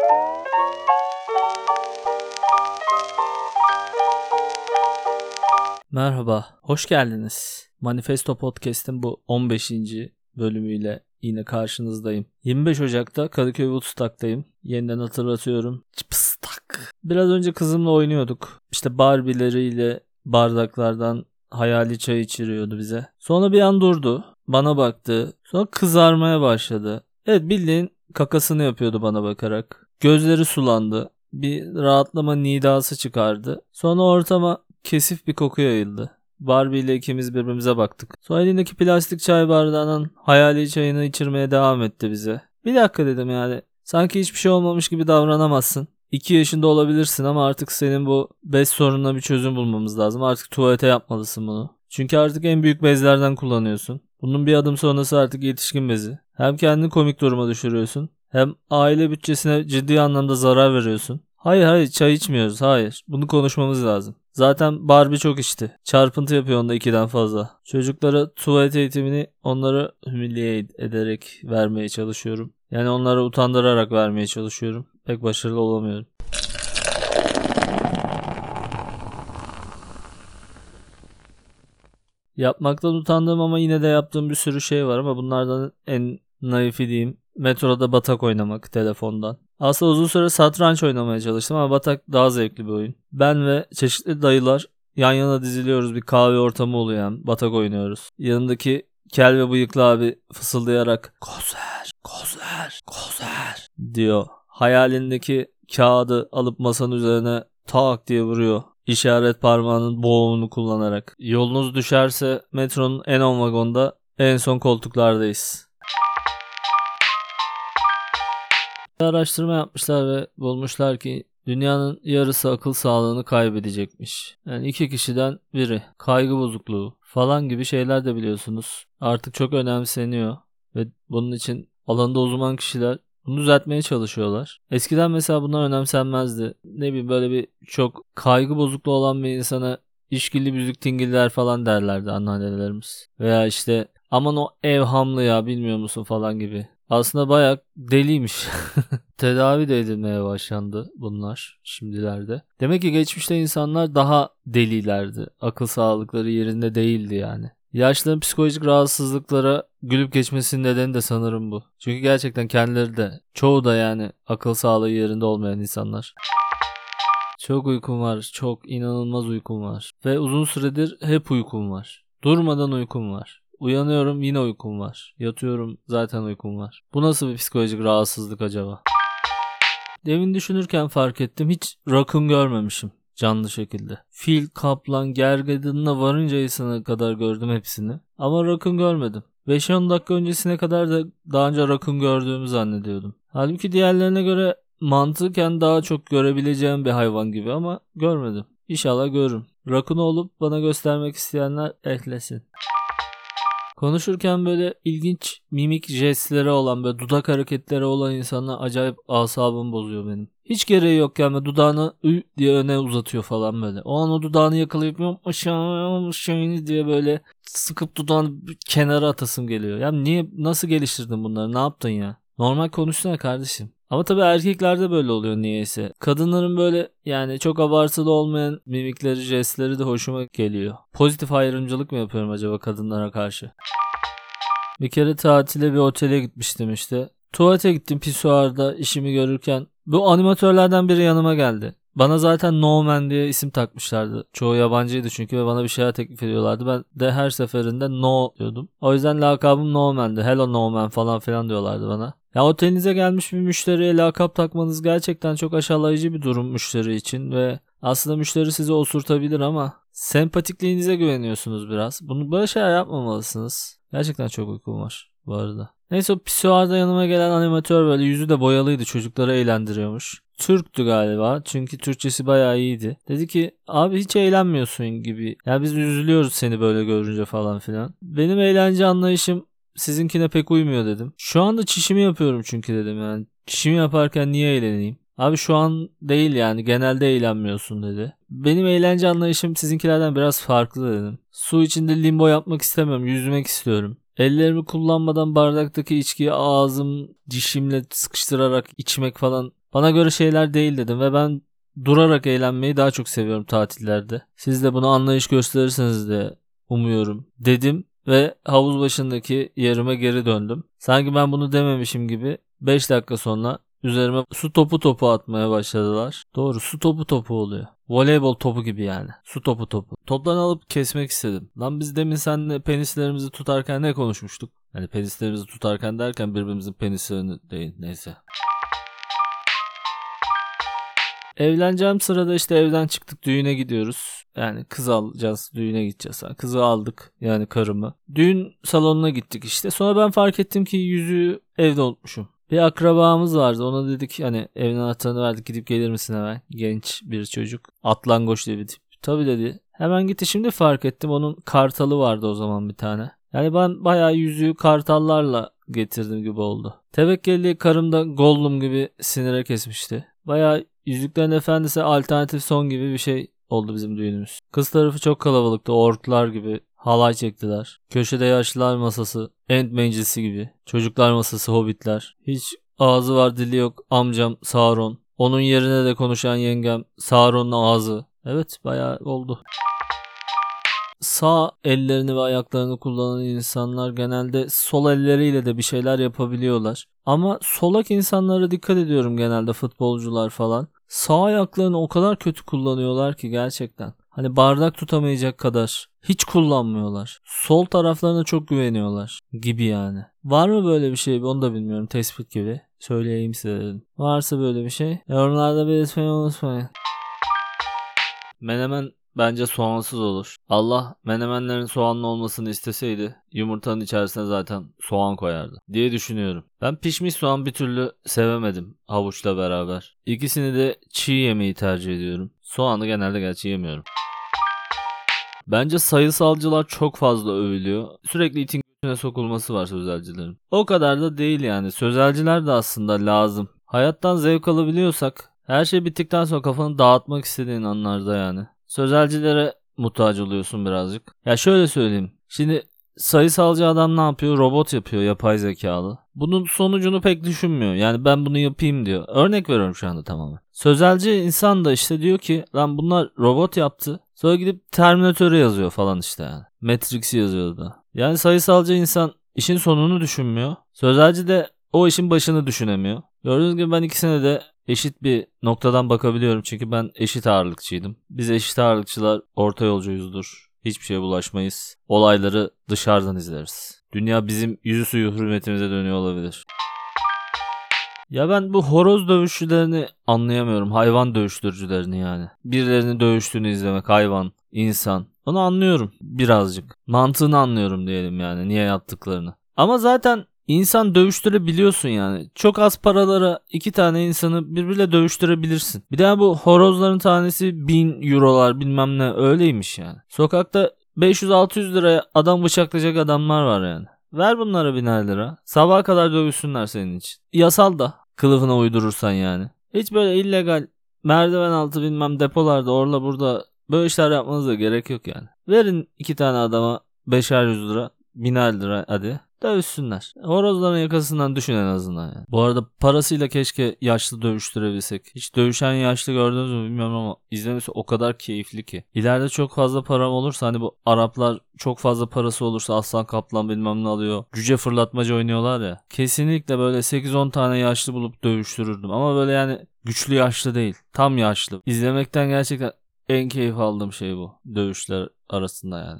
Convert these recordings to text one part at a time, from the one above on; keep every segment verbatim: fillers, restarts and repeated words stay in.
Merhaba, hoş geldiniz. Manifesto Podcast'in bu on beşinci bölümüyle yine karşınızdayım. yirmi beş Ocak'ta Kadıköy Woodstock'tayım. Yeniden hatırlatıyorum. Çıpıstak. Biraz önce kızımla oynuyorduk. İşte Barbie'leriyle bardaklardan hayali çay içiriyordu bize. Sonra bir an durdu. Bana baktı. Sonra kızarmaya başladı. Evet, bildiğin kakasını yapıyordu bana bakarak. Gözleri sulandı. Bir rahatlama nidası çıkardı. Sonra ortama kesif bir koku yayıldı. Barbie ile ikimiz birbirimize baktık. Sonra elindeki plastik çay bardağının hayali çayını içirmeye devam etti bize. Bir dakika dedim yani. Sanki hiçbir şey olmamış gibi davranamazsın. iki yaşında olabilirsin ama artık senin bu bez sorununa bir çözüm bulmamız lazım. Artık tuvalete yapmalısın bunu. Çünkü artık en büyük bezlerden kullanıyorsun. Bunun bir adım sonrası artık yetişkin bezi. Hem kendini komik duruma düşürüyorsun. Hem aile bütçesine ciddi anlamda zarar veriyorsun. Hayır hayır çay içmiyoruz, hayır. Bunu konuşmamız lazım. Zaten Barbie çok içti. Çarpıntı yapıyor onda ikiden fazla. Çocuklara tuvalet eğitimini onlara humiliate ederek vermeye çalışıyorum. Yani onları utandırarak vermeye çalışıyorum. Pek başarılı olamıyorum. Yapmaktan utandığım ama yine de yaptığım bir sürü şey var ama bunlardan en naifi diyeyim. Metroda batak oynamak telefondan. Aslında uzun süre satranç oynamaya çalıştım ama batak daha zevkli bir oyun. Ben ve çeşitli dayılar yan yana diziliyoruz, bir kahve ortamı oluyor yani. Batak oynuyoruz. Yanındaki kel ve bıyıklı abi fısıldayarak "Koz ver, koz ver, koz ver" diyor. Hayalindeki kağıdı alıp masanın üzerine tak diye vuruyor. İşaret parmağının boğumunu kullanarak. Yolunuz düşerse metronun en ön vagonda en son koltuklardayız. Araştırma yapmışlar ve bulmuşlar ki dünyanın yarısı akıl sağlığını kaybedecekmiş. Yani iki kişiden biri. Kaygı bozukluğu falan gibi şeyler de biliyorsunuz. Artık çok önemseniyor ve bunun için alanında uzman kişiler bunu düzeltmeye çalışıyorlar. Eskiden mesela bunlar önemsenmezdi. Ne bileyim böyle bir çok kaygı bozukluğu olan bir insana işkilli büzük tingiller falan derlerdi anneannelerimiz. Veya işte aman o evhamlı ya bilmiyor musun falan gibi. Aslında bayağı deliymiş. Tedavi de edilmeye başlandı bunlar şimdilerde. Demek ki geçmişte insanlar daha delilerdi. Akıl sağlıkları yerinde değildi yani. Yaşlıların psikolojik rahatsızlıklara gülüp geçmesinin nedeni de sanırım bu. Çünkü gerçekten kendileri de çoğu da yani akıl sağlığı yerinde olmayan insanlar. Çok uykum var. Çok inanılmaz uykum var. Ve uzun süredir hep uykum var. Durmadan uykum var. Uyanıyorum yine uykum var. Yatıyorum zaten uykum var. Bu nasıl bir psikolojik rahatsızlık acaba? Demin düşünürken fark ettim. Hiç rakun görmemişim canlı şekilde. Fil, kaplan, gergedanına varıncayısına kadar gördüm hepsini. Ama rakun görmedim. beş on dakika öncesine kadar da daha önce rakun gördüğümü zannediyordum. Halbuki diğerlerine göre mantıken daha çok görebileceğim bir hayvan gibi ama görmedim. İnşallah görürüm. Rakun olup bana göstermek isteyenler eklesin. Konuşurken böyle ilginç mimik jestleri olan, böyle dudak hareketleri olan insanlar acayip asabımı bozuyor benim. Hiç gereği yokken böyle dudağını ü diye öne uzatıyor falan böyle. O an o dudağını yakalayıp aşağı aşağı diye böyle sıkıp dudağını kenara atasım geliyor. Ya niye, nasıl geliştirdin bunları, ne yaptın ya? Normal konuşsana kardeşim. Ama tabii erkeklerde böyle oluyor niyeyse. Kadınların böyle yani çok abartılı olmayan mimikleri, jestleri de hoşuma geliyor. Pozitif ayrımcılık mı yapıyorum acaba kadınlara karşı? Bir kere tatile bir otele gitmiştim işte. Tuvalete gittim pisuarda işimi görürken. Bu animatörlerden biri yanıma geldi. Bana zaten No Man diye isim takmışlardı. Çoğu yabancıydı çünkü ve bana bir şeyler teklif ediyorlardı. Ben de her seferinde no diyordum. O yüzden lakabım No Man'di. Hello No Man falan filan diyorlardı bana. Ya otelinize gelmiş bir müşteriye lakap takmanız gerçekten çok aşağılayıcı bir durum müşteri için ve aslında müşteri sizi osurtabilir ama sempatikliğinize güveniyorsunuz biraz. Bunu böyle şeyler yapmamalısınız. Gerçekten çok uykum var bu arada. Neyse o pisuarda yanıma gelen animatör böyle yüzü de boyalıydı, çocukları eğlendiriyormuş. Türktü galiba çünkü Türkçesi bayağı iyiydi. Dedi ki abi hiç eğlenmiyorsun gibi. Ya biz üzülüyoruz seni böyle görünce falan filan. Benim eğlence anlayışım sizinkine pek uymuyor dedim. Şu anda çişimi yapıyorum çünkü dedim yani. Çişimi yaparken niye eğleneyim? Abi şu an değil yani genelde eğlenmiyorsun dedi. Benim eğlence anlayışım sizinkilerden biraz farklı dedim. Su içinde limbo yapmak istemiyorum, yüzmek istiyorum. ellerimi kullanmadan bardaktaki içkiyi ağzım dişimle sıkıştırarak içmek falan bana göre şeyler değil dedim ve ben durarak eğlenmeyi daha çok seviyorum tatillerde. Siz de buna anlayış gösterirseniz de umuyorum dedim ve havuz başındaki yerime geri döndüm. Sanki ben bunu dememişim gibi beş dakika sonra üzerime su topu topu atmaya başladılar. Doğru, su topu topu oluyor. Voleybol topu gibi yani. Su topu topu. Toplarını alıp kesmek istedim. Lan biz demin seninle penislerimizi tutarken ne konuşmuştuk? Hani penislerimizi tutarken derken birbirimizin penislerini değil, neyse. Evleneceğim sırada işte evden çıktık, düğüne gidiyoruz. Yani kız alacağız, düğüne gideceğiz. Kızı aldık, yani karımı. Düğün salonuna gittik işte. Sonra ben fark ettim ki yüzüğü evde unutmuşum. Bir akrabamız vardı, ona dedik hani evin anahtarını verdik, gidip gelir misin hemen? Genç bir çocuk, Atlangoç diye bir tip. Tabii dedi. Hemen gitti, şimdi fark ettim onun kartalı vardı o zaman bir tane. Yani ben bayağı yüzüğü kartallarla getirdim gibi oldu. Tevekkeli karım da Gollum gibi sinire kesmişti. Bayağı Yüzüklerin Efendisi alternatif son gibi bir şey oldu bizim düğünümüz. Kız tarafı çok kalabalıktı, orklar gibi halay çektiler. Köşede yaşlılar masası, Ent meclisi gibi. Çocuklar masası, hobbitler. Hiç ağzı var dili yok amcam Sauron. Onun yerine de konuşan yengem, Sauron'un ağzı. Evet, bayağı oldu. Sağ ellerini ve ayaklarını kullanan insanlar genelde sol elleriyle de bir şeyler yapabiliyorlar. Ama solak insanlara dikkat ediyorum, genelde futbolcular falan. Sağ ayaklarını o kadar kötü kullanıyorlar ki gerçekten. Hani bardak tutamayacak kadar hiç kullanmıyorlar. Sol taraflarına çok güveniyorlar gibi yani. Var mı böyle bir şey? Onu da bilmiyorum. Tespit gibi. Söyleyeyim size dedim. Varsa böyle bir şey, yorumlarda belirtmeyi unutmayın. Menemen bence soğansız olur. Allah menemenlerin soğanlı olmasını isteseydi yumurtanın içerisine zaten soğan koyardı diye düşünüyorum. Ben pişmiş soğan bir türlü sevemedim havuçla beraber. İkisini de çiğ yemeyi tercih ediyorum. Soğanı genelde gerçi yemiyorum. Bence sayısalcılar çok fazla övülüyor. Sürekli itin götüne sokulması var sözelcilerin. O kadar da değil yani. Sözelciler de aslında lazım. Hayattan zevk alabiliyorsak, her şey bittikten sonra kafanı dağıtmak istediğin anlarda yani. Sözelcilere muhtaç oluyorsun birazcık. Ya şöyle söyleyeyim. Şimdi sayısalcı adam ne yapıyor? Robot yapıyor, yapay zekalı. Bunun sonucunu pek düşünmüyor. Yani ben bunu yapayım diyor. Örnek veriyorum şu anda tamamen. Sözelci insan da işte diyor ki lan bunlar robot yaptı. Sonra gidip Terminator'ı yazıyor falan işte yani. Matrix'i yazıyor da. Yani sayısalcı insan işin sonunu düşünmüyor. Sözelci de o işin başını düşünemiyor. Gördüğünüz gibi ben ikisine de eşit bir noktadan bakabiliyorum. Çünkü ben eşit ağırlıkçıydım. Biz eşit ağırlıkçılar orta yolcuyuzdur. Hiçbir şeye bulaşmayız. Olayları dışarıdan izleriz. Dünya bizim yüzü suyu hürmetimize dönüyor olabilir. Ya ben bu horoz dövüşçülerini anlayamıyorum. Hayvan dövüştürücülerini yani. Birilerinin dövüştüğünü izlemek, hayvan, insan. Onu anlıyorum birazcık. Mantığını anlıyorum diyelim yani, niye yaptıklarını. Ama zaten İnsan dövüştürebiliyorsun yani. Çok az paralara iki tane insanı birbiriyle dövüştürebilirsin. Bir daha bu horozların tanesi bin eurolar bilmem ne öyleymiş yani. Sokakta beş yüz altı yüz liraya adam bıçaklayacak adamlar var yani. Ver bunlara biner lira. Sabaha kadar dövüşsünler senin için. Yasal da kılıfına uydurursan yani. Hiç böyle illegal merdiven altı bilmem depolarda orla burada böyle işler yapmanıza gerek yok yani. Verin iki tane adama beşer yüz lira, biner lira hadi. Dövüşsünler. Horozların yakasından düşün en azından yani. Bu arada parasıyla keşke yaşlı dövüştürebilsek. Hiç dövüşen yaşlı gördünüz mü bilmiyorum ama izlemesi o kadar keyifli ki. İleride çok fazla param olursa, hani bu Araplar çok fazla parası olursa aslan kaplan bilmem ne alıyor. Cüce fırlatmaca oynuyorlar ya. Kesinlikle böyle sekiz on tane yaşlı bulup dövüştürürdüm. Ama böyle yani güçlü yaşlı değil. Tam yaşlı. İzlemekten gerçekten en keyif aldığım şey bu. Dövüşler arasında yani.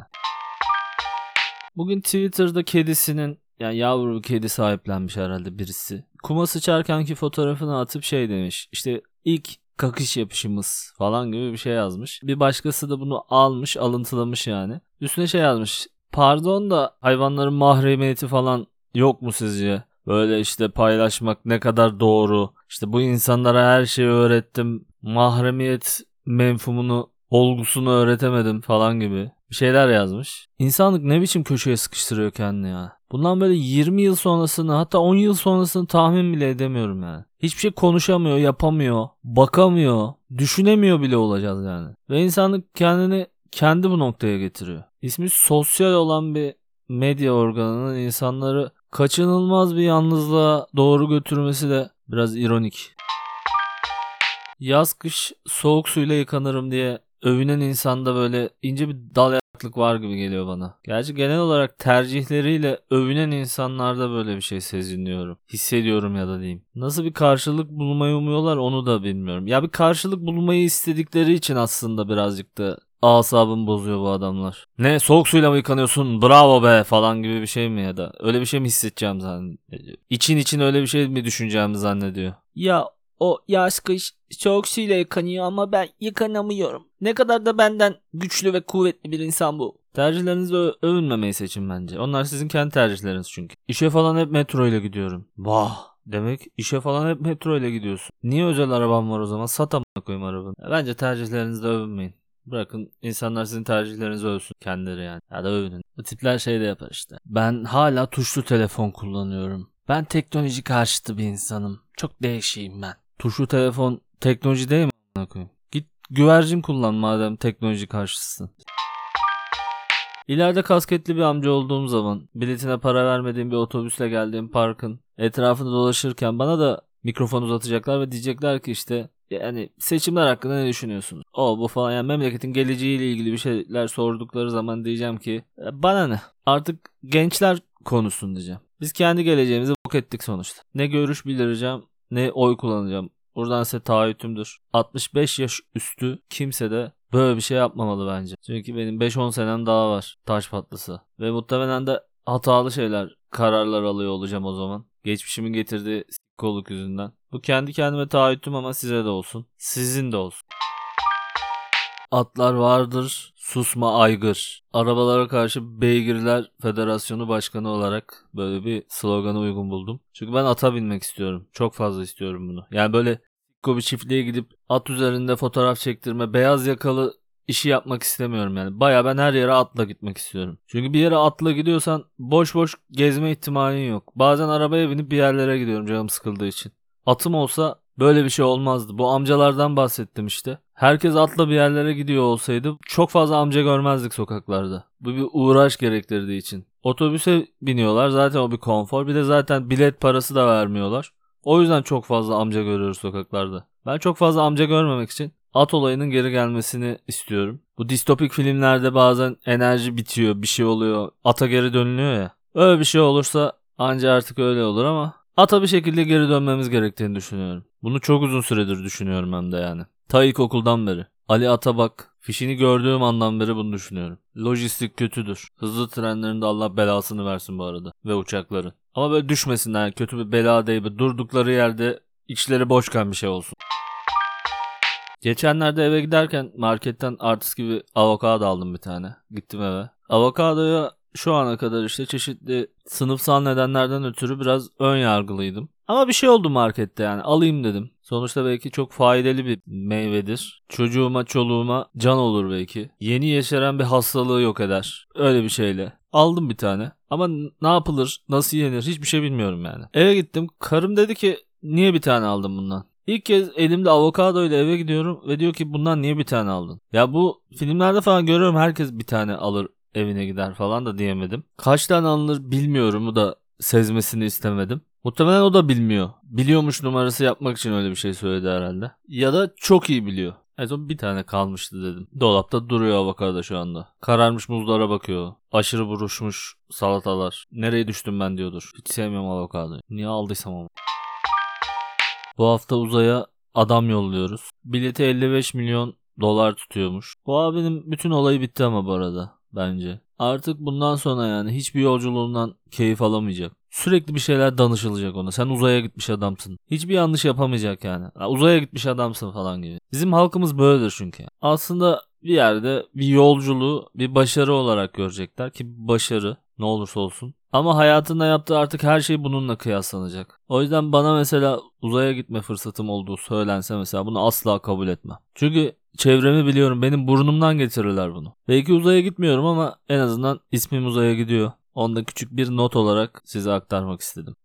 Bugün Twitter'da kedisinin, yani yavru bir kedi sahiplenmiş herhalde birisi. Kuma sıçarkenki fotoğrafını atıp şey demiş. İşte ilk kakış yapışımız falan gibi bir şey yazmış. Bir başkası da bunu almış, alıntılamış yani. Üstüne şey yazmış. Pardon da hayvanların mahremiyeti falan yok mu sizce? Böyle işte paylaşmak ne kadar doğru. İşte bu insanlara her şeyi öğrettim. Mahremiyet menfumunu, olgusunu öğretemedim falan gibi bir şeyler yazmış. İnsanlık ne biçim köşeye sıkıştırıyor kendini ya. Bundan böyle yirmi yıl sonrasını, hatta on yıl sonrasını tahmin bile edemiyorum yani. Hiçbir şey konuşamıyor, yapamıyor, bakamıyor, düşünemiyor bile olacağız yani. Ve insanlık kendini kendi bu noktaya getiriyor. İsmi sosyal olan bir medya organının insanları kaçınılmaz bir yalnızlığa doğru götürmesi de biraz ironik. Yaz kış soğuk suyla yıkanırım diye övünen insanda böyle ince bir dal yapraklık var gibi geliyor bana. Gerçi genel olarak tercihleriyle övünen insanlarda böyle bir şey seziniyorum. Hissediyorum ya da diyeyim. Nasıl bir karşılık bulmayı umuyorlar onu da bilmiyorum. Ya bir karşılık bulmayı istedikleri için aslında birazcık da asabımı bozuyor bu adamlar. Ne soğuk suyla mı yıkanıyorsun bravo be falan gibi bir şey mi ya da öyle bir şey mi hissedeceğim zannediyor. İçin için öyle bir şey mi düşüneceğimi zannediyor. Ya o yaz kış soğuk suyla yıkanıyor ama ben yıkanamıyorum. Ne kadar da benden güçlü ve kuvvetli bir insan bu. Tercihlerinizle ö- övünmemeyi seçin bence. Onlar sizin kendi tercihleriniz çünkü. İşe falan hep metro ile gidiyorum. Vah. Demek işe falan hep metro ile gidiyorsun. Niye özel araban var o zaman? Sat amına koyayım arabanı. Bence tercihlerinizle övünmeyin. Bırakın insanlar sizin tercihlerinizi övsün kendileri yani. Ya da övünün. Bu tipler şey de yapar işte. Ben hala tuşlu telefon kullanıyorum. Ben teknoloji karşıtı bir insanım. Çok değişiyim ben. Tuşlu telefon teknoloji değil mi amına koyayım? Git güvercin kullan madem teknoloji karşısısın. İleride kasketli bir amca olduğum zaman biletine para vermediğim bir otobüsle geldiğim parkın etrafında dolaşırken bana da mikrofon uzatacaklar ve diyecekler ki işte yani seçimler hakkında ne düşünüyorsunuz? O bu falan yani memleketin geleceğiyle ilgili bir şeyler sordukları zaman diyeceğim ki bana ne? Artık gençler konuşsun diyeceğim. Biz kendi geleceğimizi bok ettik sonuçta. Ne görüş bildireceğim ne oy kullanacağım. Buradan size taahhütümdür. altmış beş yaş üstü kimse de böyle bir şey yapmamalı bence. Çünkü benim beş on senem daha var taş patlısı. Ve muhtemelen de hatalı şeyler, kararlar alıyor olacağım o zaman. Geçmişimin getirdiği s**koluk yüzünden. Bu kendi kendime taahhütüm ama size de olsun. Sizin de olsun. Atlar vardır, susma aygır. Arabalara karşı Beygirler Federasyonu Başkanı olarak böyle bir slogana uygun buldum. Çünkü ben ata binmek istiyorum. Çok fazla istiyorum bunu. Yani böyle bir çiftliğe gidip at üzerinde fotoğraf çektirme, beyaz yakalı işi yapmak istemiyorum yani. Baya ben her yere atla gitmek istiyorum. Çünkü bir yere atla gidiyorsan boş boş gezme ihtimalin yok. Bazen arabaya binip bir yerlere gidiyorum canım sıkıldığı için. Atım olsa böyle bir şey olmazdı. Bu amcalardan bahsettim işte. Herkes atla bir yerlere gidiyor olsaydı çok fazla amca görmezdik sokaklarda. Bu bir uğraş gerektirdiği için. Otobüse biniyorlar zaten o bir konfor. Bir de zaten bilet parası da vermiyorlar. O yüzden çok fazla amca görüyoruz sokaklarda. Ben çok fazla amca görmemek için at olayının geri gelmesini istiyorum. Bu distopik filmlerde bazen enerji bitiyor, bir şey oluyor, ata geri dönülüyor ya. Öyle bir şey olursa anca artık öyle olur ama ata bir şekilde geri dönmemiz gerektiğini düşünüyorum. Bunu çok uzun süredir düşünüyorum hem de yani. Ta ilkokuldan beri. Ali Atabak fişini gördüğüm andan beri bunu düşünüyorum. Lojistik kötüdür. Hızlı trenlerin de Allah belasını versin bu arada. Ve uçakların. Ama böyle düşmesinler. Kötü bir bela değil. Bir durdukları yerde içleri boşken bir şey olsun. Geçenlerde eve giderken marketten artist gibi avokado aldım bir tane. Gittim eve. Avokadoya şu ana kadar işte çeşitli sınıfsal nedenlerden ötürü biraz ön yargılıydım. Ama bir şey oldu markette yani alayım dedim. Sonuçta belki çok faydalı bir meyvedir. Çocuğuma çoluğuma can olur belki. Yeni yeşeren bir hastalığı yok eder. Öyle bir şeyle. Aldım bir tane. Ama ne yapılır, nasıl yenir hiçbir şey bilmiyorum yani. Eve gittim. Karım dedi ki niye bir tane aldın bundan? İlk kez elimde avokado ile eve gidiyorum ve diyor ki bundan niye bir tane aldın? Ya bu filmlerde falan görüyorum herkes bir tane alır evine gider falan da diyemedim. Kaç tane alınır bilmiyorum bu da sezmesini istemedim. Muhtemelen o da bilmiyor. Biliyormuş numarası yapmak için öyle bir şey söyledi herhalde. Ya da çok iyi biliyor. Evet o bir tane kalmıştı dedim. Dolapta duruyor avokado şu anda. Kararmış muzlara bakıyor. Aşırı buruşmuş salatalar. Nereye düştüm ben diyordur. Hiç sevmiyorum avokadoyu. Niye aldıysam ama. Bu hafta uzaya adam yolluyoruz. Bileti elli beş milyon dolar tutuyormuş. Bu abinin bütün olayı bitti ama bu arada bence. Artık bundan sonra yani hiçbir yolculuğundan keyif alamayacak. Sürekli bir şeyler danışılacak ona. Sen uzaya gitmiş adamsın. Hiçbir yanlış yapamayacak yani. Ha, uzaya gitmiş adamsın falan gibi. Bizim halkımız böyledir çünkü. Aslında bir yerde bir yolculuğu bir başarı olarak görecekler ki başarı ne olursa olsun. Ama hayatında yaptığı artık her şey bununla kıyaslanacak. O yüzden bana mesela uzaya gitme fırsatım olduğu söylense mesela bunu asla kabul etmem. Çünkü çevremi biliyorum benim burnumdan getirirler bunu. Belki uzaya gitmiyorum ama en azından ismim uzaya gidiyor. Onu da küçük bir not olarak size aktarmak istedim.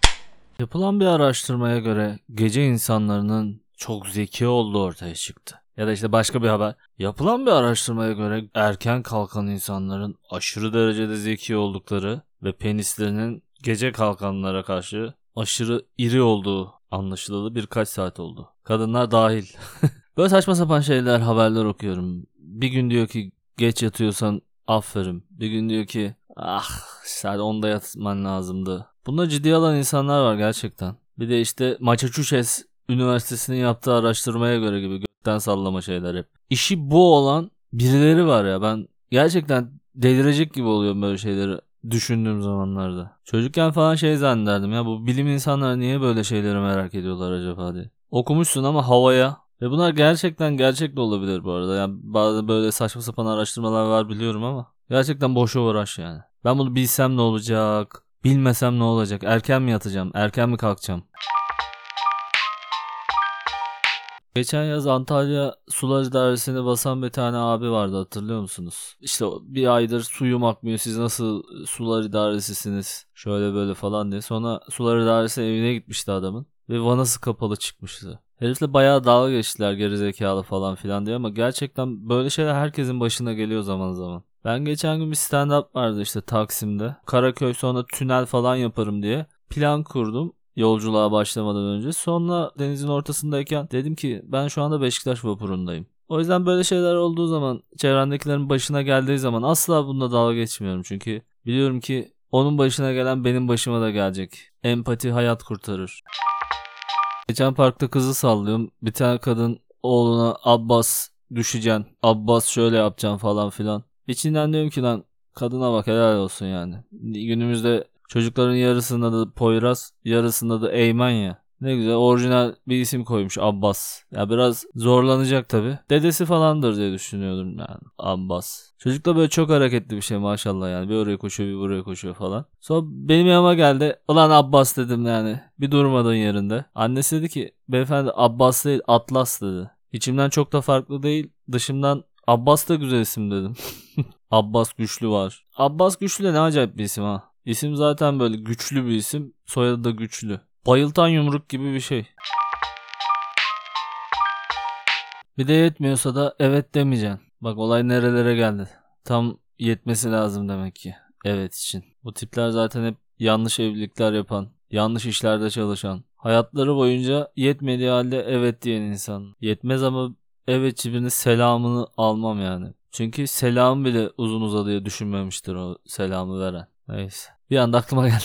Yapılan bir araştırmaya göre gece insanlarının çok zeki olduğu ortaya çıktı. Ya da işte başka bir haber. Yapılan bir araştırmaya göre erken kalkan insanların aşırı derecede zeki oldukları ve penislerinin gece kalkanlara karşı aşırı iri olduğu anlaşılalı birkaç saat oldu. Kadınlar dahil. Böyle saçma sapan şeyler, haberler okuyorum. Bir gün diyor ki geç yatıyorsan aferin. Bir gün diyor ki ah saat onda yatman lazımdı. Bunları ciddiye alan insanlar var gerçekten. Bir de işte Massachusetts Üniversitesi'nin yaptığı araştırmaya göre gibi gökten sallama şeyler hep. İşi bu olan birileri var ya, ben gerçekten delirecek gibi oluyorum böyle şeyleri düşündüğüm zamanlarda. Çocukken falan şey zannederdim ya, bu bilim insanları niye böyle şeyleri merak ediyorlar acaba diye. Okumuşsun ama havaya. Ve bunlar gerçekten gerçek de olabilir bu arada. Yani bazı böyle saçma sapan araştırmalar var biliyorum ama gerçekten boşa uğraş yani. Ben bunu bilsem ne olacak? Bilmesem ne olacak? Erken mi yatacağım? Erken mi kalkacağım? Geçen yaz Antalya Sular İdaresi'ne basan bir tane abi vardı, hatırlıyor musunuz? İşte bir aydır suyum akmıyor, siz nasıl Sular İdaresi'siniz şöyle böyle falan diye. Sonra Sular İdaresi evine gitmişti adamın ve vanası kapalı çıkmıştı. Herifle bayağı dalga geçtiler, gerizekalı falan filan diye, ama gerçekten böyle şeyler herkesin başına geliyor zaman zaman. Ben geçen gün bir stand-up vardı işte Taksim'de. Karaköy sonra tünel falan yaparım diye plan kurdum yolculuğa başlamadan önce. Sonra denizin ortasındayken dedim ki ben şu anda Beşiktaş vapurundayım. O yüzden böyle şeyler olduğu zaman, çevrendekilerin başına geldiği zaman asla bununla dalga geçmiyorum. Çünkü biliyorum ki onun başına gelen benim başıma da gelecek. Empati hayat kurtarır. Geçen parkta kızı sallıyorum. Bir tane kadın oğluna Abbas düşeceksin, Abbas şöyle yapacaksın falan filan. İçinden diyorum ki lan kadına bak, helal olsun yani. Günümüzde çocukların yarısının adı Poyraz, yarısının adı Eymen ya. Ne güzel orijinal bir isim koymuş, Abbas. Ya biraz zorlanacak tabii. Dedesi falandır diye düşünüyordum yani, Abbas. Çocuk da böyle çok hareketli bir şey maşallah yani. Bir oraya koşuyor bir buraya koşuyor falan. Sonra benim yanıma geldi. Ulan Abbas dedim yani. Bir durmadın yerinde. Annesi dedi ki beyefendi Abbas değil Atlas dedi. İçimden çok da farklı değil. Dışımdan Abbas da güzel isim dedim. Abbas Güçlü var. Abbas Güçlü de ne acayip bir isim ha. İsim zaten böyle güçlü bir isim. Soyadı da Güçlü. Bayıltan yumruk gibi bir şey. Bir de yetmiyorsa da evet demeyeceksin. Bak olay nerelere geldi. Tam yetmesi lazım demek ki. Evet için. Bu tipler zaten hep yanlış evlilikler yapan, yanlış işlerde çalışan, hayatları boyunca yetmediği halde evet diyen insan. Yetmez ama evetçi birinin selamını almam yani. Çünkü selam bile uzun uzadıya düşünmemiştir o selamı veren. Neyse. Bir anda aklıma geldi.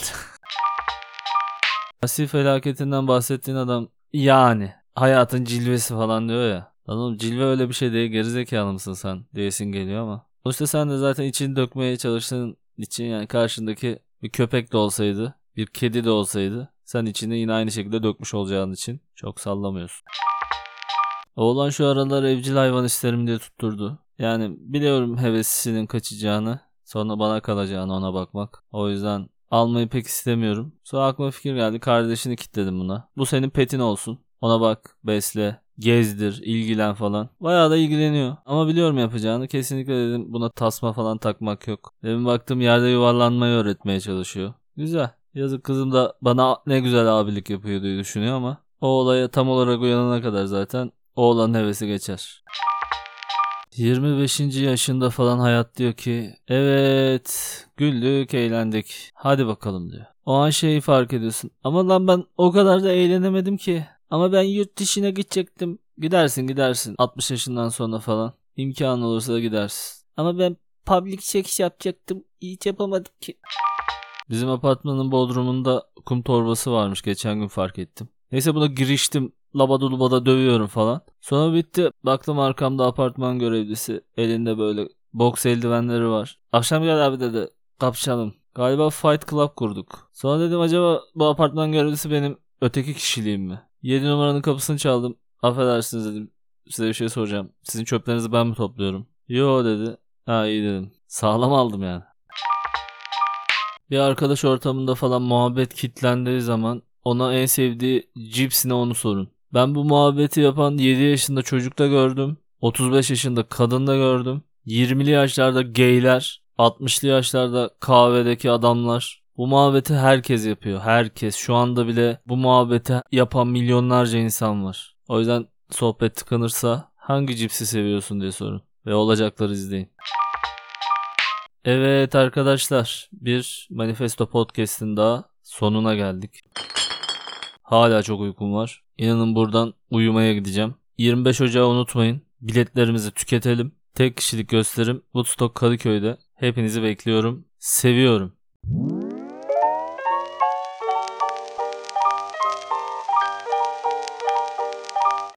Asi felaketinden bahsettiğin adam yani hayatın cilvesi falan diyor ya. Lan oğlum cilve öyle bir şey değil, gerizekalı mısın sen diyesin geliyor ama. Sonuçta sen de zaten içini dökmeye çalıştığın için, yani karşındaki bir köpek de olsaydı, bir kedi de olsaydı sen içini yine aynı şekilde dökmüş olacağın için çok sallamıyorsun. Oğlan şu aralar evcil hayvan isterim diye tutturdu. Yani biliyorum hevesinin kaçacağını, sonra bana kalacağını ona bakmak. O yüzden almayı pek istemiyorum. Sonra aklıma fikir geldi. Kardeşini kitledim buna. Bu senin petin olsun. Ona bak, besle, gezdir, ilgilen falan. Bayağı da ilgileniyor. Ama biliyorum yapacağını. Kesinlikle dedim buna tasma falan takmak yok. Demin baktım yerde yuvarlanmayı öğretmeye çalışıyor. Güzel. Yazık kızım da bana ne güzel abilik yapıyor diye düşünüyor ama o olaya tam olarak uyanana kadar zaten oğlanın hevesi geçer. yirmi beşinci yaşında falan hayat diyor ki evet güldük eğlendik hadi bakalım diyor. O an şeyi fark ediyorsun, ama lan ben o kadar da eğlenemedim ki, ama ben yurt dışına gidecektim. Gidersin gidersin altmış yaşından sonra falan imkan olursa da gidersin. Ama ben public sex yapacaktım, hiç yapamadım ki. Bizim apartmanın bodrumunda kum torbası varmış, geçen gün fark ettim. Neyse buna giriştim. Labada lubada dövüyorum falan. Sonra bitti. Baktım arkamda apartman görevlisi. Elinde böyle boks eldivenleri var. Akşam gel abi dedi. Kapışalım. Galiba Fight Club kurduk. Sonra dedim acaba bu apartman görevlisi benim öteki kişiliğim mi? yedi numaranın kapısını çaldım. Affedersiniz dedim. Size bir şey soracağım. Sizin çöplerinizi ben mi topluyorum? Yo dedi. Ha iyi dedim. Sağlam aldım yani. Bir arkadaş ortamında falan muhabbet kitlendiği zaman ona en sevdiği cips ne onu sorun. Ben bu muhabbeti yapan yedi yaşında çocuk da gördüm. otuz beş yaşında kadın da gördüm. yirmili yaşlarda geyler, altmışlı yaşlarda kahvedeki adamlar. Bu muhabbeti herkes yapıyor. Herkes. Şu anda bile bu muhabbeti yapan milyonlarca insan var. O yüzden sohbet tıkanırsa hangi cipsi seviyorsun diye sorun. Ve olacakları izleyin. Evet arkadaşlar, bir Manifesto Podcast'in daha sonuna geldik. Hala çok uykum var. İnanın buradan uyumaya gideceğim. yirmi beş Ocağı unutmayın. Biletlerimizi tüketelim. Tek kişilik gösterim Woodstock Kadıköy'de. Hepinizi bekliyorum. Seviyorum.